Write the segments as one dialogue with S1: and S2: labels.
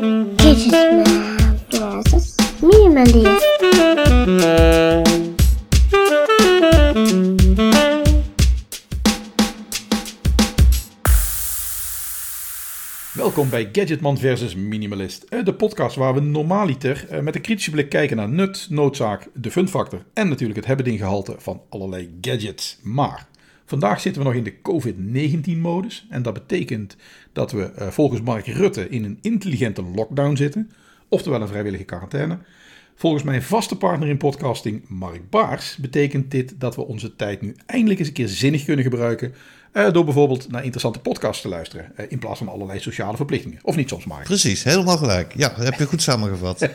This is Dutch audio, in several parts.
S1: Gadgetman versus Minimalist.
S2: Welkom bij Gadgetman versus Minimalist, de podcast waar we normaliter met een kritische blik kijken naar nut, noodzaak, de funfactor en natuurlijk het hebben-ding-gehalte van allerlei gadgets. Maar vandaag zitten we nog in de COVID-19-modus en dat betekent dat we volgens Mark Rutte in een intelligente lockdown zitten, oftewel een vrijwillige quarantaine. Volgens mijn vaste partner in podcasting, Mark Baars, betekent dit dat we onze tijd nu eindelijk eens een keer zinnig kunnen gebruiken door bijvoorbeeld naar interessante podcasts te luisteren, in plaats van allerlei sociale verplichtingen. Of niet soms, Mark?
S3: Precies, helemaal gelijk. Ja, dat heb je goed samengevat.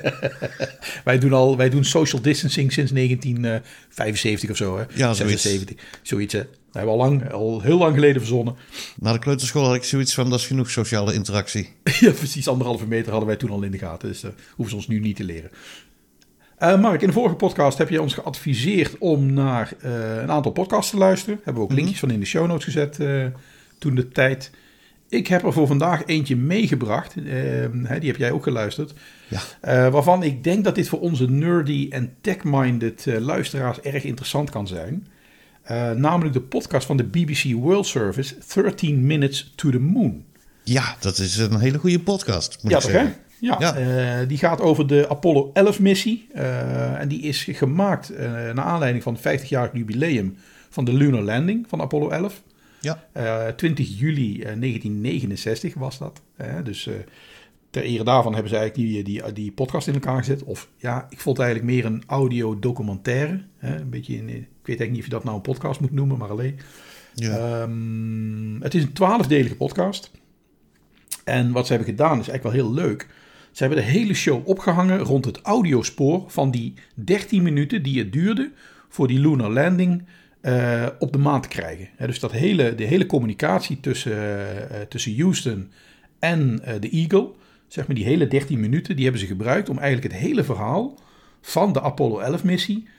S2: Wij doen social distancing sinds 1975 of zo, hè?
S3: Ja,
S2: 76, zoiets. Hè? Dat hebben we al heel lang geleden verzonnen.
S3: Na de kleuterschool had ik zoiets van, dat is genoeg sociale interactie.
S2: Ja, precies, 1,5 meter hadden wij toen al in de gaten, dus hoeven ze ons nu niet te leren. Mark, in de vorige podcast heb je ons geadviseerd om naar een aantal podcasts te luisteren. Hebben we ook linkjes van in de show notes gezet toen de tijd. Ik heb er voor vandaag eentje meegebracht. Die heb jij ook geluisterd. Ja. Waarvan ik denk dat dit voor onze nerdy en tech-minded luisteraars erg interessant kan zijn. Namelijk de podcast van de BBC World Service, 13 Minutes to the Moon.
S3: Ja, dat is een hele goede podcast, moet ik
S2: toch,
S3: zeggen.
S2: Hè? Ja. Die gaat over de Apollo 11 missie. En die is gemaakt naar aanleiding van het 50-jarig jubileum van de lunar landing van Apollo 11. Ja. 20 juli 1969 was dat. Dus ter ere daarvan hebben ze eigenlijk die podcast in elkaar gezet. Of ja, ik vond het eigenlijk meer een audiodocumentaire. Een beetje ik weet eigenlijk niet of je dat nou een podcast moet noemen, maar alleen. Ja. Het is een 12-delige podcast. En wat ze hebben gedaan is eigenlijk wel heel leuk. Ze hebben de hele show opgehangen rond het audiospoor van die 13 minuten die het duurde voor die lunar landing op de maan te krijgen. Dus de hele communicatie tussen Houston en de Eagle, zeg maar die hele 13 minuten, die hebben ze gebruikt om eigenlijk het hele verhaal van de Apollo 11 missie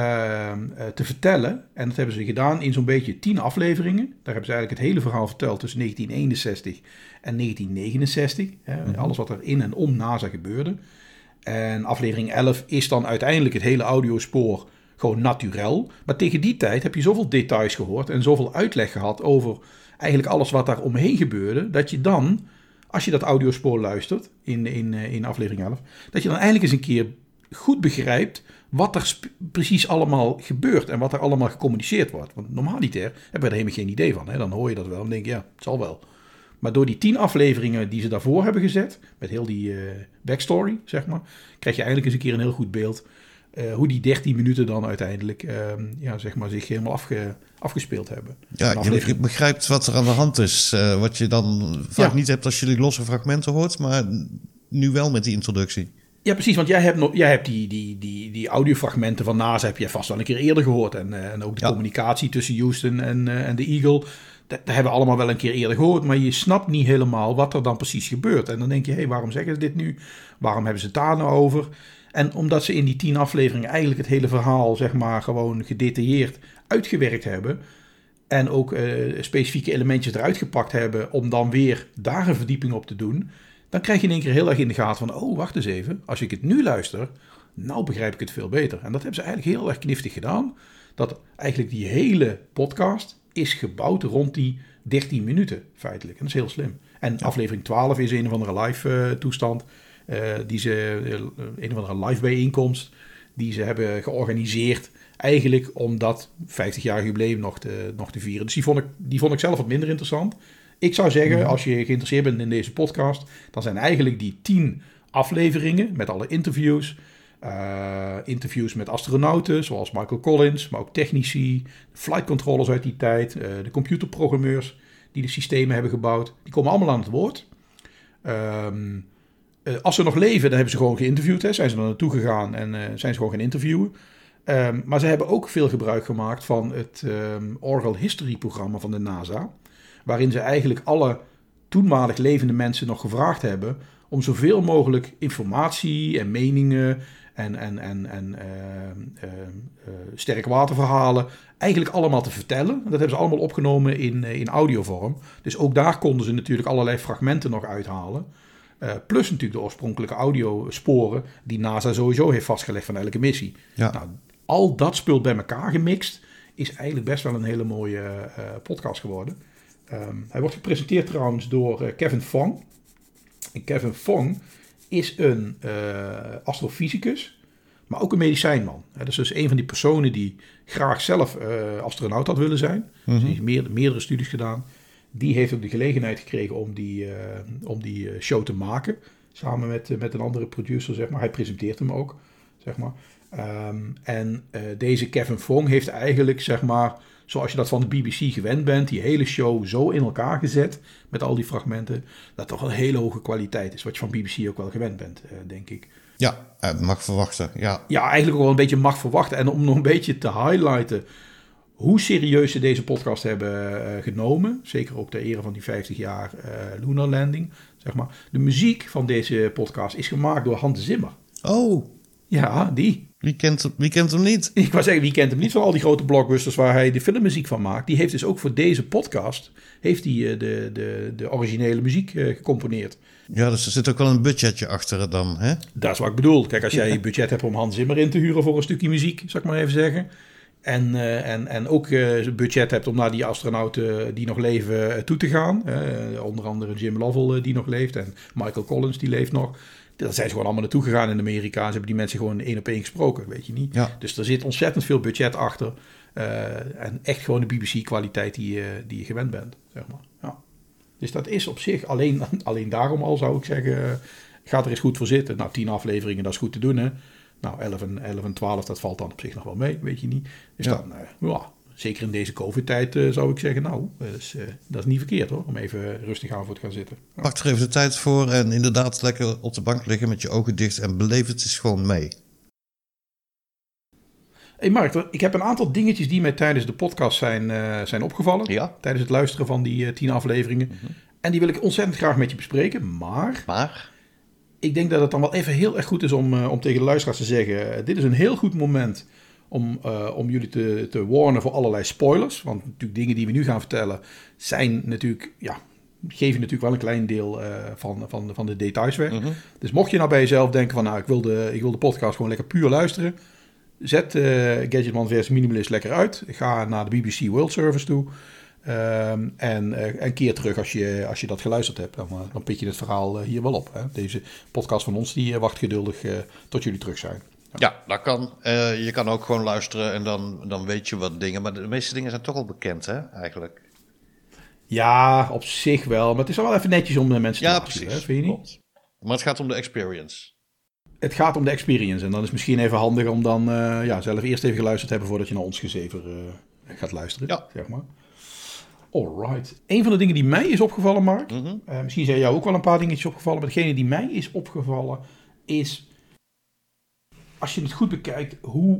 S2: te vertellen. En dat hebben ze gedaan in zo'n beetje 10 afleveringen. Daar hebben ze eigenlijk het hele verhaal verteld tussen 1961 en 1969. Alles wat er in en om NASA gebeurde. En aflevering 11 is dan uiteindelijk het hele audiospoor gewoon naturel. Maar tegen die tijd heb je zoveel details gehoord en zoveel uitleg gehad over eigenlijk alles wat daar omheen gebeurde, dat je dan, als je dat audiospoor luistert in aflevering 11, dat je dan eigenlijk eens een keer goed begrijpt wat er precies allemaal gebeurt en wat er allemaal gecommuniceerd wordt. Want normaliter hebben we er helemaal geen idee van. Hè? Dan hoor je dat wel en denk je, ja, het zal wel. Maar door die 10 afleveringen die ze daarvoor hebben gezet, met heel die backstory, zeg maar, krijg je eigenlijk eens een keer een heel goed beeld hoe die 13 minuten dan uiteindelijk zeg maar, zich helemaal afgespeeld hebben.
S3: Ja, je begrijpt wat er aan de hand is. Wat je dan vaak niet hebt als je die losse fragmenten hoort, maar nu wel met die introductie.
S2: Ja, precies, want jij hebt die audiofragmenten van NASA heb je vast wel een keer eerder gehoord. En ook de communicatie tussen Houston en de Eagle, dat hebben we allemaal wel een keer eerder gehoord. Maar je snapt niet helemaal wat er dan precies gebeurt. En dan denk je, waarom zeggen ze dit nu? Waarom hebben ze het daar nou over? En omdat ze in die 10 afleveringen eigenlijk het hele verhaal, zeg maar, gewoon gedetailleerd uitgewerkt hebben. En ook specifieke elementjes eruit gepakt hebben om dan weer daar een verdieping op te doen. Dan krijg je in één keer heel erg in de gaten van, oh, wacht eens even. Als ik het nu luister, nou begrijp ik het veel beter. En dat hebben ze eigenlijk heel erg kniftig gedaan. Dat eigenlijk die hele podcast is gebouwd rond die 13 minuten, feitelijk. En dat is heel slim. En aflevering 12 is een of andere live toestand. Een of andere live bijeenkomst die ze hebben georganiseerd. Eigenlijk om dat 50-jarig jubileum nog te vieren. Dus die vond ik zelf wat minder interessant. Ik zou zeggen, als je geïnteresseerd bent in deze podcast, dan zijn eigenlijk die 10 afleveringen met alle interviews. Interviews met astronauten, zoals Michael Collins, maar ook technici, flight controllers uit die tijd, de computerprogrammeurs die de systemen hebben gebouwd. Die komen allemaal aan het woord. Als ze nog leven, dan hebben ze gewoon geïnterviewd. Zijn ze er naartoe gegaan en zijn ze gewoon gaan interviewen. Maar ze hebben ook veel gebruik gemaakt van het Oral History programma van de NASA. Waarin ze eigenlijk alle toenmalig levende mensen nog gevraagd hebben om zoveel mogelijk informatie en meningen en sterkwaterverhalen eigenlijk allemaal te vertellen. Dat hebben ze allemaal opgenomen in audiovorm. Dus ook daar konden ze natuurlijk allerlei fragmenten nog uithalen. Plus natuurlijk de oorspronkelijke audiosporen die NASA sowieso heeft vastgelegd van elke missie.
S3: Ja.
S2: Nou, al dat spul bij elkaar gemixt is eigenlijk best wel een hele mooie podcast geworden. Hij wordt gepresenteerd trouwens door Kevin Fong. En Kevin Fong is een astrofysicus, maar ook een medicijnman. Dat is dus een van die personen die graag zelf astronaut had willen zijn. Dus die heeft meerdere studies gedaan. Die heeft ook de gelegenheid gekregen om die show te maken. Samen met een andere producer, zeg maar. Hij presenteert hem ook, zeg maar. Deze Kevin Fong heeft eigenlijk, zeg maar, zoals je dat van de BBC gewend bent, die hele show zo in elkaar gezet, met al die fragmenten, dat toch een hele hoge kwaliteit is. Wat je van BBC ook wel gewend bent, denk ik.
S3: Ja, mag verwachten, ja.
S2: Ja, eigenlijk ook wel een beetje mag verwachten. En om nog een beetje te highlighten hoe serieus ze deze podcast hebben genomen, zeker ook ter ere van die 50 jaar Lunar Landing, zeg maar. De muziek van deze podcast is gemaakt door Hans Zimmer.
S3: Oh.
S2: Ja, die.
S3: Wie kent hem niet?
S2: Ik wou zeggen, wie kent hem niet van al die grote blockbusters waar hij de filmmuziek van maakt. Die heeft dus ook voor deze podcast de originele muziek gecomponeerd.
S3: Ja, dus er zit ook wel een budgetje achter dan, hè?
S2: Dat is wat ik bedoel. Kijk, als jij budget hebt om Hans Zimmer in te huren voor een stukje muziek, zal ik maar even zeggen. En ook budget hebt om naar die astronauten die nog leven toe te gaan. Onder andere Jim Lovell die nog leeft en Michael Collins die leeft nog. Daar zijn ze gewoon allemaal naartoe gegaan in Amerika. Ze hebben die mensen gewoon 1-op-1 gesproken, weet je niet.
S3: Ja.
S2: Dus er zit ontzettend veel budget achter. En echt gewoon de BBC-kwaliteit die je gewend bent, zeg maar. Ja. Dus dat is op zich, alleen daarom al zou ik zeggen, ga er eens goed voor zitten. Nou, 10 afleveringen, dat is goed te doen, hè. Nou, 11 en 12, dat valt dan op zich nog wel mee, weet je niet. Dus dan, zeker in deze COVID-tijd zou ik zeggen, nou, dat is niet verkeerd hoor, om even rustig aan voor te gaan zitten. Ja.
S3: Pak er even de tijd voor en inderdaad lekker op de bank liggen met je ogen dicht en beleef het eens gewoon mee.
S2: Hey Mark, ik heb een aantal dingetjes die mij tijdens de podcast zijn opgevallen.
S3: Ja?
S2: Tijdens het luisteren van die 10 afleveringen. Mm-hmm. En die wil ik ontzettend graag met je bespreken, maar ik denk dat het dan wel even heel erg goed is om tegen de luisteraars te zeggen, dit is een heel goed moment om jullie te warnen voor allerlei spoilers. Want natuurlijk dingen die we nu gaan vertellen zijn natuurlijk, geven natuurlijk wel een klein deel van de details weg. Mm-hmm. Dus mocht je nou bij jezelf denken van, nou, ik wil de podcast gewoon lekker puur luisteren. Zet Gadgetman vs Minimalist lekker uit. Ga naar de BBC World Service toe. En keer terug als je dat geluisterd hebt. Dan pik je het verhaal hier wel op. Hè? Deze podcast van ons die wacht geduldig tot jullie terug zijn.
S3: Ja, dat kan. Je kan ook gewoon luisteren en dan weet je wat dingen. Maar de meeste dingen zijn toch al bekend, hè, eigenlijk.
S2: Ja, op zich wel. Maar het is wel even netjes om de mensen te waarschuwen. Hè? Vind je niet?
S3: Maar het gaat om de experience.
S2: Het gaat om de experience. En dan is het misschien even handig om dan zelf eerst even geluisterd te hebben voordat je naar ons gezever gaat luisteren.
S3: Ja.
S2: Zeg maar. Alright. Een van de dingen die mij is opgevallen, Mark. Mm-hmm. Misschien zijn jou ook wel een paar dingetjes opgevallen. Maar degene die mij is opgevallen is, als je het goed bekijkt,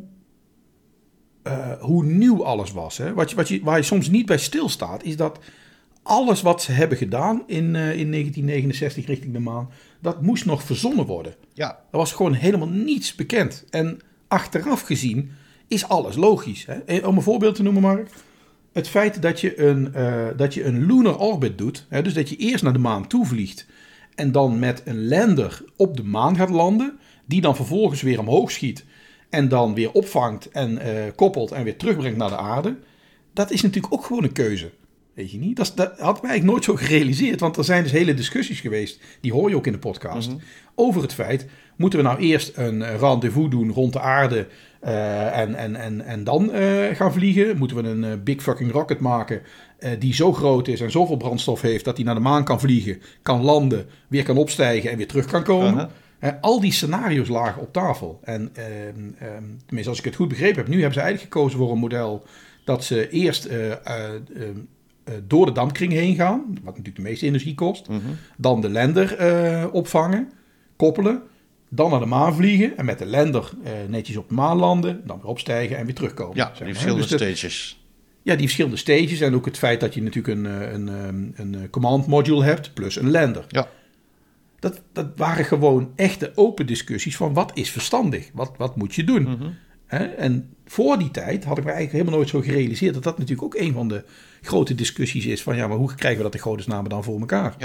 S2: hoe nieuw alles was. Hè? Waar je soms niet bij stilstaat, is dat alles wat ze hebben gedaan in 1969 richting de maan, dat moest nog verzonnen worden.
S3: Ja.
S2: Er was gewoon helemaal niets bekend. En achteraf gezien is alles logisch. Hè? Om een voorbeeld te noemen, Mark. Het feit dat je een lunar orbit doet, hè, dus dat je eerst naar de maan toe vliegt en dan met een lander op de maan gaat landen, die dan vervolgens weer omhoog schiet en dan weer opvangt en koppelt en weer terugbrengt naar de aarde. Dat is natuurlijk ook gewoon een keuze. Weet je niet? Dat hadden we eigenlijk nooit zo gerealiseerd, want er zijn dus hele discussies geweest, die hoor je ook in de podcast, over het feit, moeten we nou eerst een rendezvous doen rond de aarde en dan gaan vliegen? Moeten we een big fucking rocket maken die zo groot is en zoveel brandstof heeft dat hij naar de maan kan vliegen, kan landen, weer kan opstijgen en weer terug kan komen? Al die scenario's lagen op tafel. En tenminste, als ik het goed begrepen heb, nu hebben ze eigenlijk gekozen voor een model dat ze eerst door de dampkring heen gaan, wat natuurlijk de meeste energie kost. Dan de lander opvangen, koppelen, dan naar de maan vliegen en met de lander netjes op de maan landen, dan weer opstijgen en weer terugkomen.
S3: Ja, die verschillende stages.
S2: Ja, die verschillende stages en ook het feit dat je natuurlijk een command module hebt plus een lander.
S3: Ja.
S2: Dat waren gewoon echte open discussies van wat is verstandig, wat moet je doen. En voor die tijd had ik me eigenlijk helemaal nooit zo gerealiseerd dat natuurlijk ook een van de grote discussies is van maar hoe krijgen we dat de godesnamen dan voor elkaar?
S3: Ja.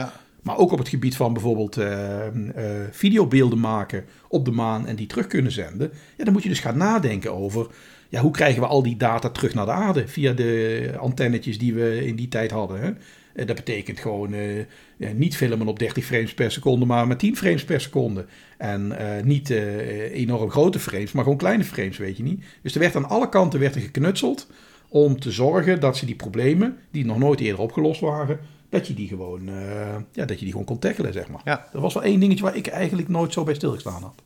S2: Maar ook op het gebied van bijvoorbeeld videobeelden maken op de maan en die terug kunnen zenden. Ja, dan moet je dus gaan nadenken over, ja, hoe krijgen we al die data terug naar de aarde via de antennetjes die we in die tijd hadden. Hè? Dat betekent gewoon niet filmen op 30 frames per seconde, maar met 10 frames per seconde. En niet enorm grote frames, maar gewoon kleine frames, weet je niet. Dus er werd aan alle kanten geknutseld om te zorgen dat ze die problemen, die nog nooit eerder opgelost waren, dat je die gewoon kon tackelen, zeg maar.
S3: Ja.
S2: Dat was wel één dingetje waar ik eigenlijk nooit zo bij stilgestaan had.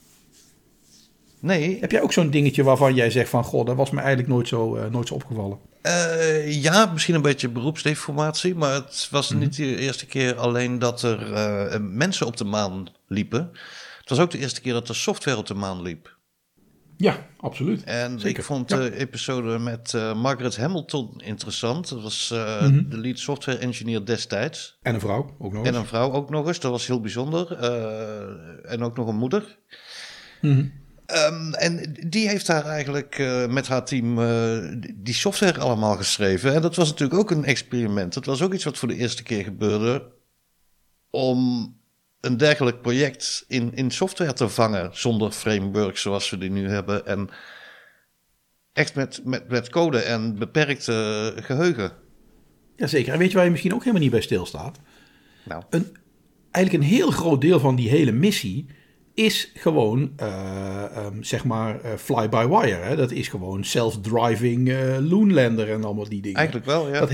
S3: Nee.
S2: Heb jij ook zo'n dingetje waarvan jij zegt van, goh, dat was me eigenlijk nooit zo opgevallen?
S3: Ja, misschien een beetje beroepsdeformatie, maar het was niet de eerste keer alleen dat er mensen op de maan liepen. Het was ook de eerste keer dat er software op de maan liep.
S2: Ja, absoluut.
S3: En
S2: zeker.
S3: Ik vond de episode met Margaret Hamilton interessant. Dat was de lead software engineer destijds.
S2: En een vrouw ook nog eens.
S3: En een vrouw ook nog eens, dat was heel bijzonder. En ook nog een moeder. En die heeft daar eigenlijk met haar team die software allemaal geschreven. En dat was natuurlijk ook een experiment. Dat was ook iets wat voor de eerste keer gebeurde om een dergelijk project in software te vangen zonder framework zoals we die nu hebben. En echt met code en beperkt geheugen.
S2: Jazeker. En weet je waar je misschien ook helemaal niet bij stilstaat?
S3: Nou.
S2: Eigenlijk een heel groot deel van die hele missie is gewoon, fly-by-wire. Hè? Dat is gewoon self-driving Loonlander en allemaal die dingen.
S3: Eigenlijk wel, ja.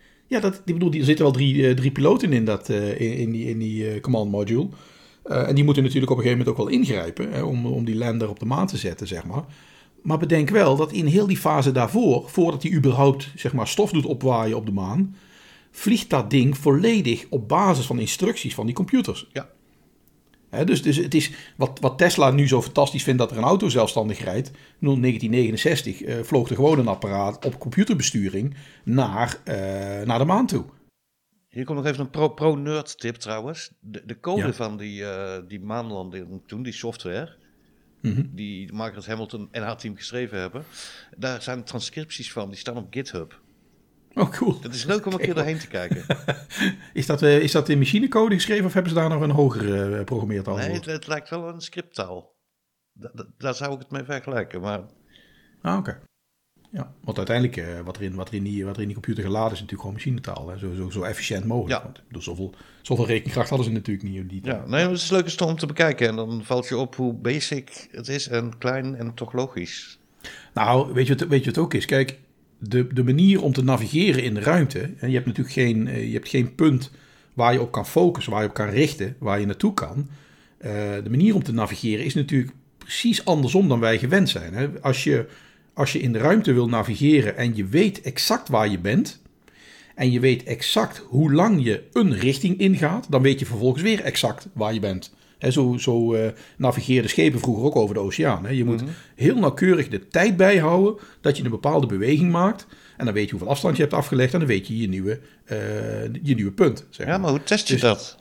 S2: Er zitten wel drie piloten in die command module. En die moeten natuurlijk op een gegeven moment ook wel ingrijpen, hè, om die lander op de maan te zetten, zeg maar. Maar bedenk wel dat in heel die fase daarvoor, voordat hij überhaupt zeg maar, stof doet opwaaien op de maan, vliegt dat ding volledig op basis van instructies van die computers.
S3: Ja.
S2: Dus het is wat Tesla nu zo fantastisch vindt dat er een auto zelfstandig rijdt. In 1969 vloog er gewoon een apparaat op computerbesturing naar de maan toe.
S3: Hier komt nog even een pro-nerd tip trouwens. De code van die maanlanding toen, die software, die Margaret Hamilton en haar team geschreven hebben, daar zijn transcripties van, die staan op GitHub.
S2: Oh, cool.
S3: Het is leuk om een keer doorheen te kijken.
S2: Is dat in machinecode geschreven of hebben ze daar nog een hogere programmeertaal voor?
S3: Nee, het lijkt wel een scripttaal. Daar zou ik het mee vergelijken, maar...
S2: Oké. Ja, want uiteindelijk wat er in die computer geladen is natuurlijk gewoon machinetaal. Hè? Zo efficiënt mogelijk.
S3: Ja.
S2: Want zoveel rekenkracht hadden ze natuurlijk niet.
S3: Het is leuk om te bekijken. En dan valt je op hoe basic het is en klein en toch logisch.
S2: Nou, weet je wat het ook is? Kijk, de manier om te navigeren in de ruimte. En je hebt natuurlijk geen punt waar je op kan focussen, waar je op kan richten, waar je naartoe kan. De manier om te navigeren is natuurlijk precies andersom dan wij gewend zijn. Hè? Als je in de ruimte wil navigeren en je weet exact waar je bent, en je weet exact hoe lang je een richting ingaat, dan weet je vervolgens weer exact waar je bent. He, zo navigeerden schepen vroeger ook over de oceaan. Hè. Je moet heel nauwkeurig de tijd bijhouden dat je een bepaalde beweging maakt. En dan weet je hoeveel afstand je hebt afgelegd en dan weet je je nieuwe punt. Zeg maar.
S3: Ja, maar hoe test je dat?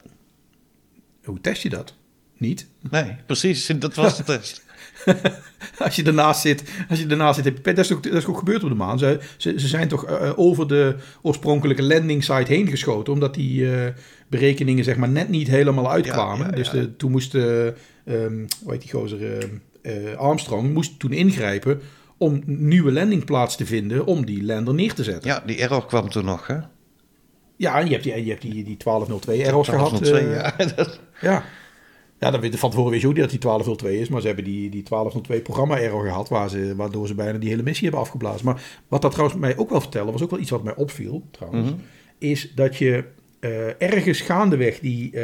S2: Hoe test je dat? Niet.
S3: Nee, precies. Dat was de test.
S2: Als je ernaast zit, dat is ook gebeurd op de maan. Ze zijn toch over de oorspronkelijke landing site heen geschoten, omdat die berekeningen zeg maar net niet helemaal uitkwamen. Dus toen moest hoe heet die gozer, Armstrong moest toen ingrijpen om een nieuwe landingplaats te vinden om die lander neer te zetten.
S3: Ja, die error kwam toen nog, hè?
S2: Ja, en je hebt die 1202 errors gehad.
S3: 1202, ja.
S2: Ja, van tevoren wist je ook niet dat die 1202 is, maar ze hebben die 1202 programma-error gehad, waardoor ze bijna die hele missie hebben afgeblazen. Maar wat dat trouwens mij ook wel vertelde, was ook wel iets wat mij opviel trouwens, is dat je ergens gaandeweg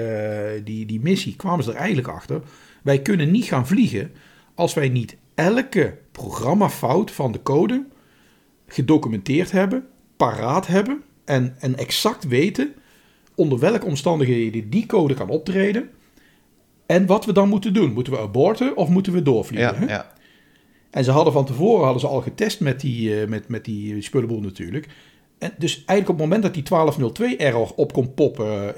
S2: die missie, kwamen ze er eigenlijk achter, wij kunnen niet gaan vliegen als wij niet elke programmafout van de code gedocumenteerd hebben, paraat hebben en exact weten onder welke omstandigheden die code kan optreden. En wat we dan moeten doen. Moeten we aborten of moeten we doorvliegen?
S3: Ja.
S2: En ze hadden van tevoren al getest met die spullenboel natuurlijk. En dus eigenlijk op het moment dat die 1202 error op kon poppen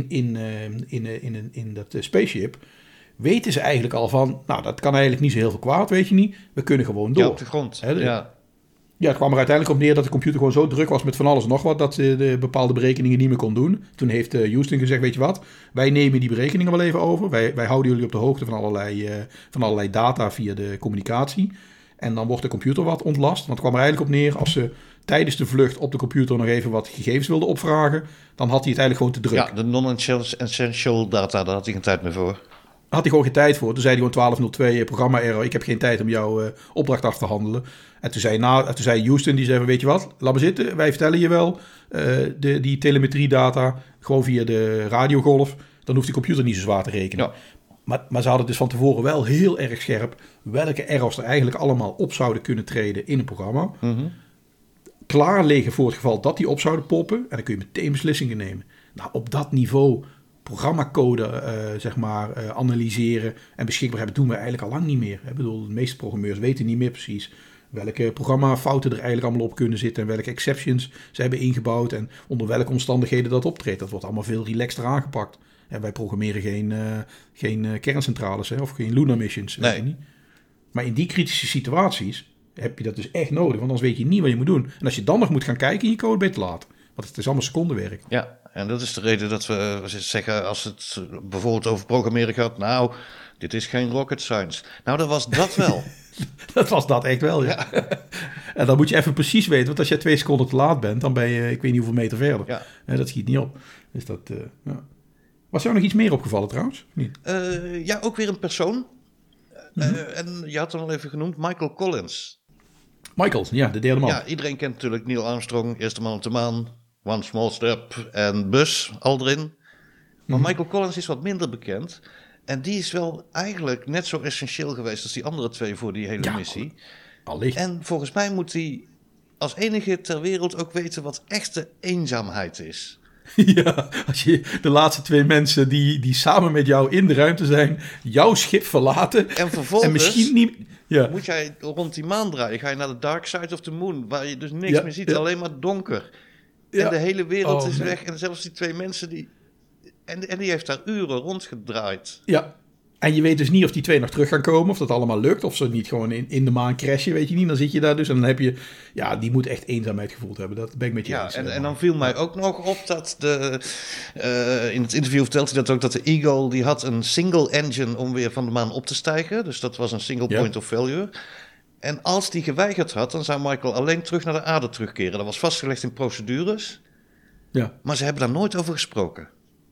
S2: in dat spaceship, weten ze eigenlijk al van, nou dat kan eigenlijk niet zo heel veel kwaad, weet je niet. We kunnen gewoon door.
S3: Ja, op de grond.
S2: Ja, het kwam er uiteindelijk op neer dat de computer gewoon zo druk was met van alles en nog wat, dat ze de bepaalde berekeningen niet meer kon doen. Toen heeft Houston gezegd, weet je wat, wij nemen die berekeningen wel even over. Wij houden jullie op de hoogte van allerlei data via de communicatie. En dan wordt de computer wat ontlast. Want het kwam er eigenlijk op neer, als ze tijdens de vlucht op de computer nog even wat gegevens wilden opvragen, dan had hij het eigenlijk gewoon te druk.
S3: Ja, de non-essential data, daar had hij geen tijd meer voor.
S2: Had hij gewoon geen tijd voor. Toen zei hij gewoon 1202 programma error. Ik heb geen tijd om jouw opdracht af te handelen. En toen zei Houston, die zei van, weet je wat, laat maar zitten. Wij vertellen je wel die telemetriedata gewoon via de radiogolf. Dan hoeft die computer niet zo zwaar te rekenen. Ja. Maar ze hadden dus van tevoren wel heel erg scherp welke errors er eigenlijk allemaal op zouden kunnen treden in een programma. Mm-hmm. Klaar liggen voor het geval dat die op zouden poppen. En dan kun je meteen beslissingen nemen. Nou, op dat niveau programmacode analyseren en beschikbaar hebben, doen we eigenlijk al lang niet meer. Ik bedoel, de meeste programmeurs weten niet meer precies welke programmafouten er eigenlijk allemaal op kunnen zitten en welke exceptions ze hebben ingebouwd en onder welke omstandigheden dat optreedt. Dat wordt allemaal veel relaxter aangepakt. En wij programmeren geen kerncentrales of geen lunar missions.
S3: Nee.
S2: Weet je niet. Maar in die kritische situaties heb je dat dus echt nodig, want anders weet je niet wat je moet doen. En als je dan nog moet gaan kijken in je code, ben je te laat. Want het is allemaal secondenwerk.
S3: Ja, en dat is de reden dat we zeggen, als het bijvoorbeeld over programmeren gaat, nou, dit is geen rocket science. Nou, dat was dat wel.
S2: Dat was dat echt wel, ja. En dan moet je even precies weten, want als jij 2 seconden te laat bent, dan ben je, ik weet niet hoeveel meter verder. Ja. En dat schiet niet op. Dus dat, ja. Was jou nog iets meer opgevallen trouwens? Niet?
S3: Ja, ook weer een persoon. En je had hem al even genoemd, Michael Collins.
S2: Michael, ja, de derde man.
S3: Ja, iedereen kent natuurlijk Neil Armstrong, eerste man op de maan, One Small Step en Buzz, al erin. Maar Michael Collins is wat minder bekend. En die is wel eigenlijk net zo essentieel geweest als die andere 2 voor die hele missie.
S2: Allicht.
S3: En volgens mij moet hij als enige ter wereld ook weten wat echte eenzaamheid is.
S2: Ja, als je de laatste 2 mensen die samen met jou in de ruimte zijn, jouw schip verlaten.
S3: En vervolgens
S2: en misschien niet,
S3: moet jij rond die maan draaien. Ga je naar de dark side of the moon, waar je dus niks meer ziet, alleen maar donker. Ja. En de hele wereld is weg. En zelfs die 2 mensen die heeft daar uren rondgedraaid.
S2: Ja. En je weet dus niet of die 2 nog terug gaan komen, of dat allemaal lukt, of ze niet gewoon in de maan crashen, weet je niet. Dan zit je daar dus en dan heb je, die moet echt eenzaamheid gevoeld hebben. Dat ben ik met je eens.
S3: En dan viel mij ook nog op dat in het interview vertelt hij dat ook, dat de Eagle, die had een single engine om weer van de maan op te stijgen. Dus dat was een single point of failure. En als die geweigerd had, dan zou Michael alleen terug naar de aarde terugkeren. Dat was vastgelegd in procedures. Ja. Maar ze hebben daar nooit over gesproken.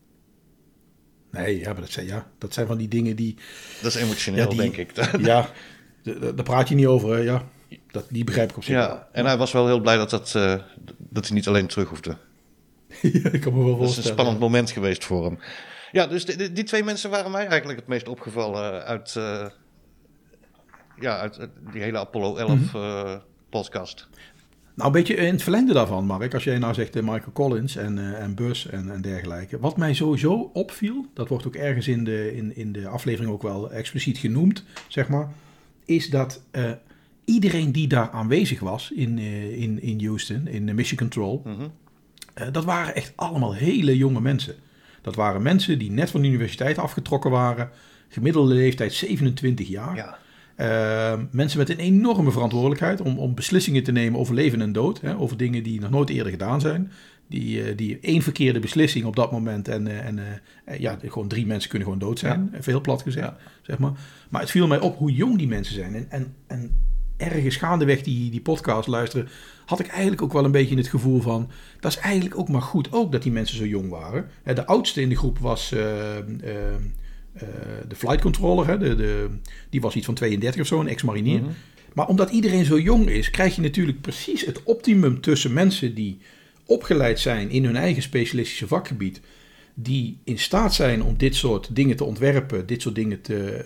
S2: Nee, maar dat zijn van die dingen die...
S3: Dat is emotioneel, denk ik.
S2: Ja, daar praat je niet over. Hè? Ja, die begrijp ik op zich wel.
S3: En hij was wel heel blij dat hij niet alleen terug hoefde.
S2: Ja, ik kan me wel voorstellen.
S3: Dat is een spannend moment geweest voor hem. Ja, dus die 2 mensen waren mij eigenlijk het meest opgevallen uit die hele Apollo 11 podcast.
S2: Nou, een beetje in het verlengde daarvan, Mark. Als jij nou zegt Michael Collins en Buzz en dergelijke. Wat mij sowieso opviel, dat wordt ook ergens in de aflevering ook wel expliciet genoemd, zeg maar, is dat iedereen die daar aanwezig was in Houston, in Mission Control, dat waren echt allemaal hele jonge mensen. Dat waren mensen die net van de universiteit afgetrokken waren, gemiddelde leeftijd 27 jaar. Ja. Mensen met een enorme verantwoordelijkheid om beslissingen te nemen over leven en dood. Hè, over dingen die nog nooit eerder gedaan zijn. Die 1 verkeerde beslissing op dat moment. Gewoon 3 mensen kunnen gewoon dood zijn. Ja. Veel plat gezegd, zeg maar. Maar het viel mij op hoe jong die mensen zijn. En ergens gaandeweg die podcast luisteren, had ik eigenlijk ook wel een beetje het gevoel van, dat is eigenlijk ook maar goed ook dat die mensen zo jong waren. De oudste in de groep was de flight controller, hè, die was iets van 32 of zo, een ex-marinier. Mm-hmm. Maar omdat iedereen zo jong is, krijg je natuurlijk precies het optimum tussen mensen die opgeleid zijn in hun eigen specialistische vakgebied, die in staat zijn om dit soort dingen te ontwerpen, dit soort dingen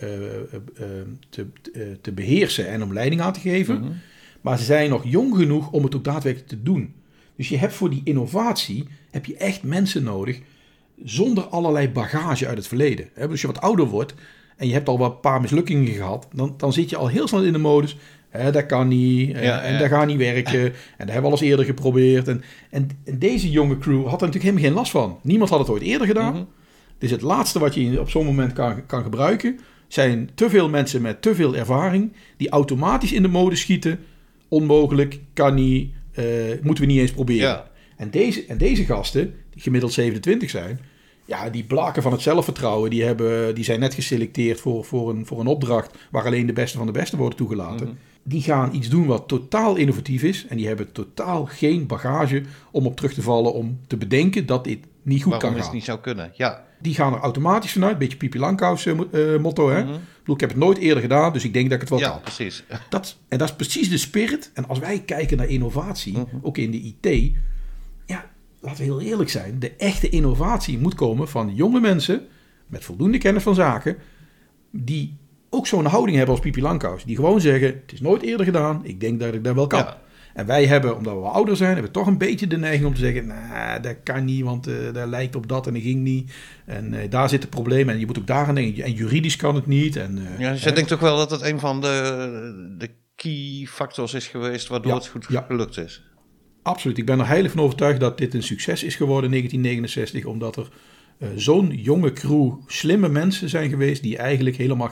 S2: te beheersen en om leiding aan te geven. Mm-hmm. Maar ze zijn nog jong genoeg om het ook daadwerkelijk te doen. Dus je hebt voor die innovatie heb je echt mensen nodig zonder allerlei bagage uit het verleden. Dus als je wat ouder wordt en je hebt al wat paar mislukkingen gehad, dan zit je al heel snel in de modus, dat kan niet, dat gaat niet werken, en dat hebben we al eens eerder geprobeerd. En deze jonge crew had er natuurlijk helemaal geen last van. Niemand had het ooit eerder gedaan. Mm-hmm. Dus het laatste wat je op zo'n moment kan gebruiken, zijn te veel mensen met te veel ervaring, die automatisch in de modus schieten, onmogelijk, kan niet, moeten we niet eens proberen.
S3: Ja.
S2: En deze gasten, die gemiddeld 27 zijn, ja, die blaken van het zelfvertrouwen. Die zijn net geselecteerd voor een opdracht waar alleen de beste van de beste worden toegelaten. Mm-hmm. Die gaan iets doen wat totaal innovatief is. En die hebben totaal geen bagage om op terug te vallen, om te bedenken dat dit niet goed kan gaan.
S3: Waarom het niet zou kunnen, ja.
S2: Die gaan er automatisch vanuit. Een beetje Pipi Langkous motto, hè?
S3: Mm-hmm.
S2: Ik bedoel, ik heb het nooit eerder gedaan, dus ik denk dat ik het wel kan.
S3: Ja, precies.
S2: En dat is precies de spirit. En als wij kijken naar innovatie, ook in de IT, ja, laten we heel eerlijk zijn. De echte innovatie moet komen van jonge mensen met voldoende kennis van zaken, die ook zo'n houding hebben als Pipi Langkous. Die gewoon zeggen, het is nooit eerder gedaan, ik denk dat ik dat wel kan. Ja. En wij hebben, omdat we wel ouder zijn, hebben toch een beetje de neiging om te zeggen, dat kan niet, want dat lijkt op dat en dat ging niet. En daar zit het probleem en je moet ook daar aan denken. En juridisch kan het niet.
S3: Dus jij denkt toch wel dat het een van de key factors is geweest waardoor het goed gelukt is?
S2: Absoluut. Ik ben er heilig van overtuigd dat dit een succes is geworden in 1969, omdat er zo'n jonge crew slimme mensen zijn geweest die eigenlijk helemaal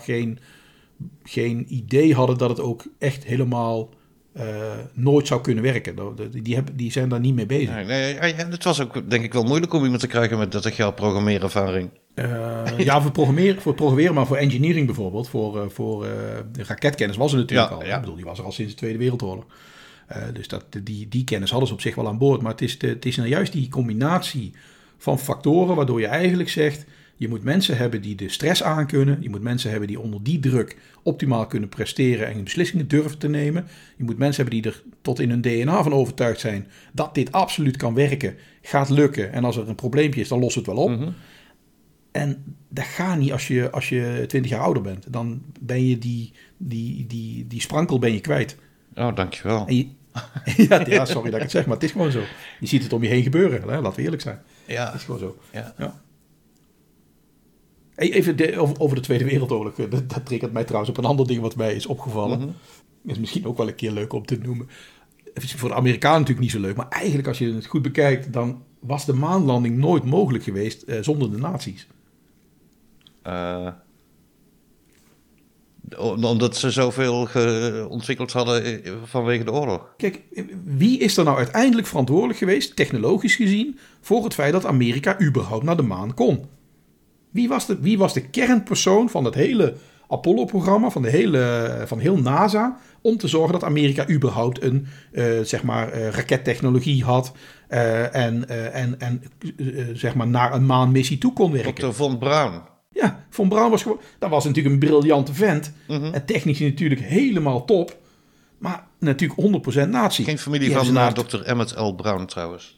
S2: geen idee hadden dat het ook echt helemaal nooit zou kunnen werken. Die zijn daar niet mee bezig.
S3: Nee, het was ook denk ik wel moeilijk om iemand te krijgen met 30 jaar programmeerervaring.
S2: Ja, voor programmeren, maar voor engineering bijvoorbeeld, voor de raketkennis was er natuurlijk al. Ja. Ik bedoel, die was er al sinds de Tweede Wereldoorlog. Dus die kennis hadden ze op zich wel aan boord. Maar het is nou juist die combinatie van factoren waardoor je eigenlijk zegt, je moet mensen hebben die de stress aankunnen. Je moet mensen hebben die onder die druk optimaal kunnen presteren en beslissingen durven te nemen. Je moet mensen hebben die er tot in hun DNA van overtuigd zijn dat dit absoluut kan werken, gaat lukken. En als er een probleempje is, dan lost het wel op. Mm-hmm. En dat gaat niet als je 20 jaar ouder bent. Dan ben je die sprankel ben je kwijt.
S3: Oh, dankjewel.
S2: Ja, sorry dat ik het zeg, maar het is gewoon zo. Je ziet het om je heen gebeuren, hè? Laten we eerlijk zijn.
S3: Ja.
S2: Het is gewoon zo.
S3: Ja.
S2: Hey, even over de Tweede Wereldoorlog. Dat triggert mij trouwens op een ander ding wat mij is opgevallen. Mm-hmm. Is misschien ook wel een keer leuk om te noemen. Voor de Amerikanen natuurlijk niet zo leuk. Maar eigenlijk als je het goed bekijkt, dan was de maanlanding nooit mogelijk geweest zonder de nazi's.
S3: Omdat ze zoveel ontwikkeld hadden vanwege de oorlog.
S2: Kijk, wie is er nou uiteindelijk verantwoordelijk geweest, technologisch gezien, voor het feit dat Amerika überhaupt naar de maan kon? Wie was de kernpersoon van het hele Apollo-programma, van heel NASA, om te zorgen dat Amerika überhaupt een rakettechnologie had en naar een maanmissie toe kon werken?
S3: Dr. Von Braun.
S2: Ja, Von Braun dat was natuurlijk een briljante vent. Mm-hmm. En technisch natuurlijk helemaal top. Maar natuurlijk 100% nazi.
S3: Geen familie van Dr. Emmett L. Brown trouwens.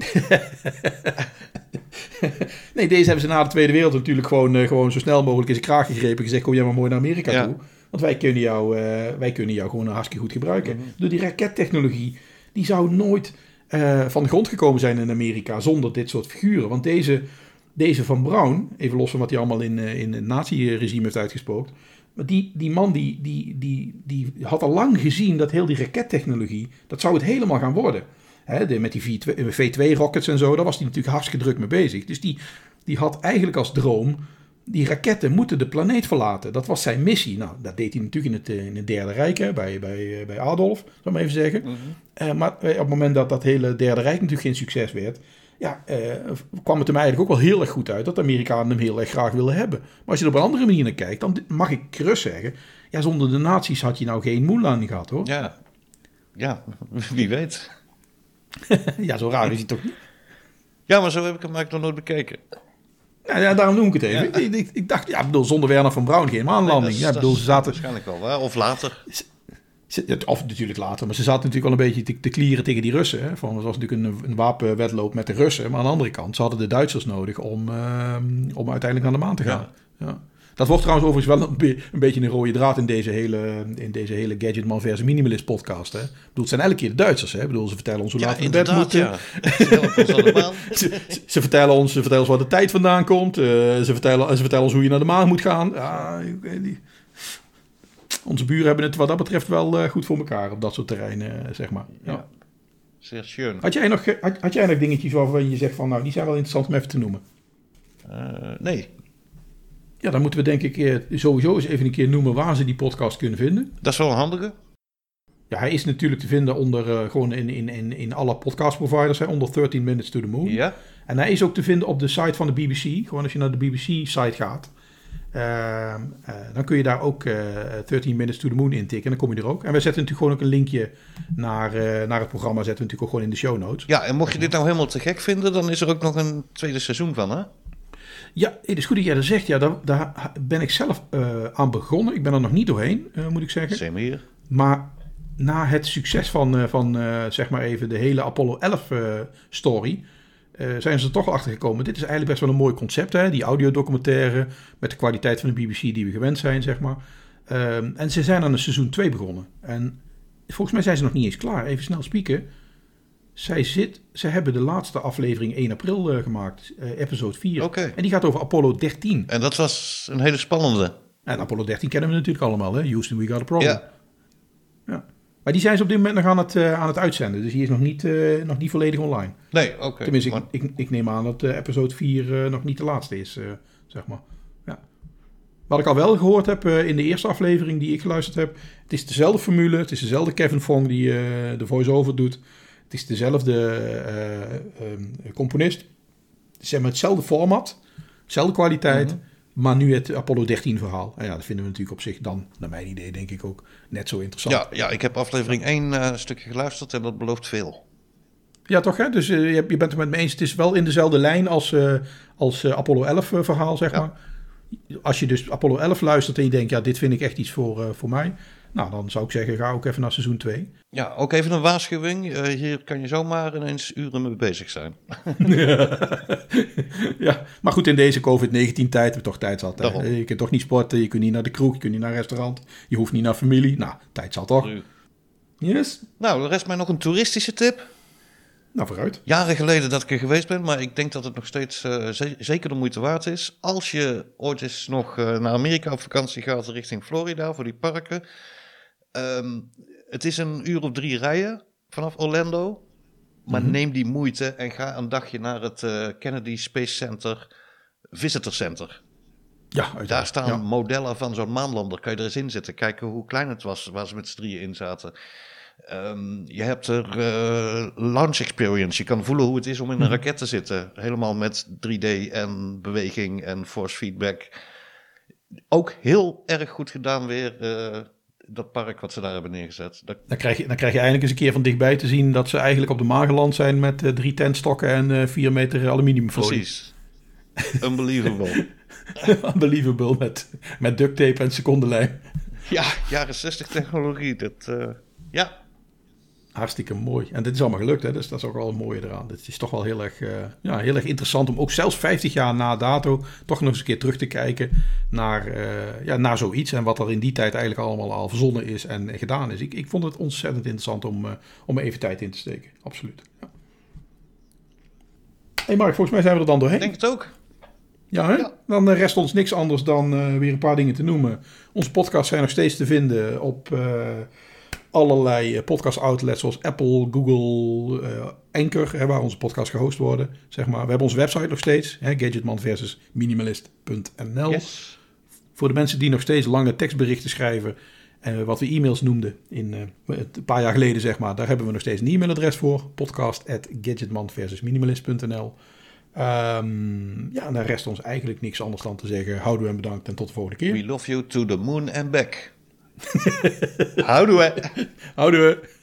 S2: Nee, deze hebben ze na de Tweede Wereld natuurlijk gewoon zo snel mogelijk in zijn kraag gegrepen en gezegd, kom jij maar mooi naar Amerika toe. Want wij kunnen jou gewoon hartstikke goed gebruiken. Mm-hmm. Door die rakettechnologie, die zou nooit van de grond gekomen zijn in Amerika zonder dit soort figuren. Want deze Von Braun, even los van wat hij allemaal in het nazi-regime heeft uitgespookt, maar die man die had al lang gezien dat heel die rakettechnologie, dat zou het helemaal gaan worden. Met die V2-rockets en zo, daar was hij natuurlijk hartstikke druk mee bezig. Dus die had eigenlijk als droom, die raketten moeten de planeet verlaten. Dat was zijn missie. Nou, dat deed hij natuurlijk in het Derde Rijk, hè, bij Adolf, zal ik maar even zeggen. Mm-hmm. Maar op het moment dat hele Derde Rijk natuurlijk geen succes werd, kwam het hem eigenlijk ook wel heel erg goed uit dat de Amerikanen hem heel erg graag willen hebben. Maar als je er op een andere manier naar kijkt, dan mag ik gerust zeggen, ja, zonder de nazi's had je nou geen moonlanding gehad, hoor.
S3: Ja, wie weet.
S2: Ja, zo raar is hij toch niet?
S3: Ja, maar zo heb ik hem eigenlijk nog nooit bekeken.
S2: Ja, daarom noem ik het even. Ja. Ik dacht, zonder Wernher von Braun geen maanlanding.
S3: Ze zaten waarschijnlijk wel, hè? Of later.
S2: Of natuurlijk later, maar ze zaten natuurlijk wel een beetje te klieren tegen die Russen. Hè? Het was natuurlijk een wapenwedloop met de Russen. Maar aan de andere kant, ze hadden de Duitsers nodig om uiteindelijk naar de maan te gaan. Ja. Dat wordt trouwens overigens wel een beetje een rode draad in deze hele Gadgetman versus Minimalist podcast. Hè? Ik bedoel, het zijn elke keer de Duitsers. Hè? Ik bedoel, ze vertellen ons hoe laat we in bed moeten. Ja. Ze vertellen ons waar de tijd vandaan komt. Ze vertellen ons hoe je naar de maan moet gaan. Ja, onze buren hebben het wat dat betreft wel goed voor elkaar op dat soort terreinen, zeg maar. Ja.
S3: Zeer schön.
S2: Had jij nog dingetjes waarvan je zegt van, nou, die zijn wel interessant om even te noemen?
S3: Nee.
S2: Ja, dan moeten we denk ik sowieso eens even een keer noemen waar ze die podcast kunnen vinden.
S3: Dat is wel een handige.
S2: Ja, hij is natuurlijk te vinden onder gewoon in alle podcastproviders, onder 13 Minutes to the Moon.
S3: Ja.
S2: En hij is ook te vinden op de site van de BBC. Gewoon als je naar de BBC-site gaat, dan kun je daar ook 13 Minutes to the Moon intikken. En dan kom je er ook. En wij zetten natuurlijk gewoon ook een linkje naar het programma. Zetten we natuurlijk ook gewoon in de show notes.
S3: Ja, en mocht je dit nou helemaal te gek vinden, dan is er ook nog een tweede seizoen van, hè?
S2: Ja, het is goed dat jij dat zegt. Ja, daar ben ik zelf aan begonnen. Ik ben er nog niet doorheen, moet ik zeggen.
S3: Same hier.
S2: Maar na het succes van zeg maar even de hele Apollo 11 story, zijn ze er toch al achter gekomen. Dit is eigenlijk best wel een mooi concept, hè? Die audiodocumentaire met de kwaliteit van de BBC die we gewend zijn, zeg maar. En ze zijn aan een seizoen 2 begonnen. En volgens mij zijn ze nog niet eens klaar. Even snel spieken. Ze hebben de laatste aflevering 1 april gemaakt, episode 4.
S3: Okay.
S2: En die gaat over Apollo 13.
S3: En dat was een hele spannende.
S2: En Apollo 13 kennen we natuurlijk allemaal, hè? Houston, we got a problem.
S3: Ja.
S2: Maar die zijn ze op dit moment nog aan het uitzenden. Dus die is nog niet volledig online.
S3: Nee, oké.
S2: Tenminste,
S3: Maar...
S2: ik neem aan dat episode 4 nog niet de laatste is, zeg maar. Ja. Wat ik al wel gehoord heb in de eerste aflevering die ik geluisterd heb. Het is dezelfde formule. Het is dezelfde Kevin Fong die de voice-over doet. Het is dezelfde componist. Ze hebben hetzelfde format. Hetzelfde kwaliteit. Mm-hmm. Maar nu het Apollo 13 verhaal. En ja, dat vinden we natuurlijk op zich dan, naar mijn idee, denk ik ook net zo interessant.
S3: Ja, ik heb aflevering 1 stukje geluisterd en dat belooft veel.
S2: Ja, toch hè? Dus je bent het met me eens. Het is wel in dezelfde lijn als Apollo 11 verhaal, zeg maar. Als je dus Apollo 11 luistert en je denkt, ja, dit vind ik echt iets voor mij. Nou, dan zou ik zeggen, ga ook even naar seizoen 2.
S3: Ja, ook even een waarschuwing. Hier kan je zomaar ineens uren mee bezig zijn.
S2: Ja, maar goed, in deze COVID-19 tijd heb je toch tijd zat. Je kunt toch niet sporten, je kunt niet naar de kroeg, je kunt niet naar een restaurant. Je hoeft niet naar familie. Nou, tijd zat toch? Yes.
S3: Nou, er rest mij nog een toeristische tip.
S2: Nou, vooruit.
S3: Jaren geleden dat ik er geweest ben, maar ik denk dat het nog steeds zeker de moeite waard is. Als je ooit eens nog naar Amerika op vakantie gaat richting Florida voor die parken. Het is een uur of 3 rijden vanaf Orlando. Maar neem die moeite en ga een dagje naar het Kennedy Space Center Visitor Center.
S2: Ja,
S3: daar staan modellen van zo'n maanlander. Kan je er eens in zitten, kijken hoe klein het was waar ze met z'n drieën in zaten. Je hebt er launch experience. Je kan voelen hoe het is om in een raket te zitten. Helemaal met 3D en beweging en force feedback. Ook heel erg goed gedaan weer, dat park wat ze daar hebben neergezet.
S2: Dan krijg je eindelijk eens een keer van dichtbij te zien dat ze eigenlijk op de maan geland zijn met 3 tentstokken en 4 meter aluminiumfolie.
S3: Precies. Unbelievable.
S2: Unbelievable met duct tape en secondenlijm.
S3: Ja, jaren 60 technologie. Ja.
S2: Hartstikke mooi. En dit is allemaal gelukt, hè? Dus dat is ook wel een mooie eraan. Het is toch wel heel erg interessant om ook zelfs 50 jaar na dato toch nog eens een keer terug te kijken naar zoiets. En wat er in die tijd eigenlijk allemaal al verzonnen is en gedaan is. Ik vond het ontzettend interessant om even tijd in te steken. Absoluut. Ja. Hey Mark, volgens mij zijn we er dan doorheen.
S3: Ik denk het ook.
S2: Ja, hè? Ja. Dan rest ons niks anders dan weer een paar dingen te noemen. Onze podcasts zijn nog steeds te vinden op allerlei podcast outlets zoals Apple, Google, Anchor, waar onze podcasts gehost worden. Zeg maar. We hebben onze website nog steeds, Gadgetman versus Minimalist.nl.
S3: Yes.
S2: Voor de mensen die nog steeds lange tekstberichten schrijven, wat we e-mails noemden een paar jaar geleden, zeg maar, daar hebben we nog steeds een e-mailadres voor. podcast@gadgetman-minimalist.nl. En daar rest ons eigenlijk niks anders dan te zeggen. Houdoe en bedankt en tot de volgende keer.
S3: We love you to the moon and back. Houdoe.
S2: Houdoe.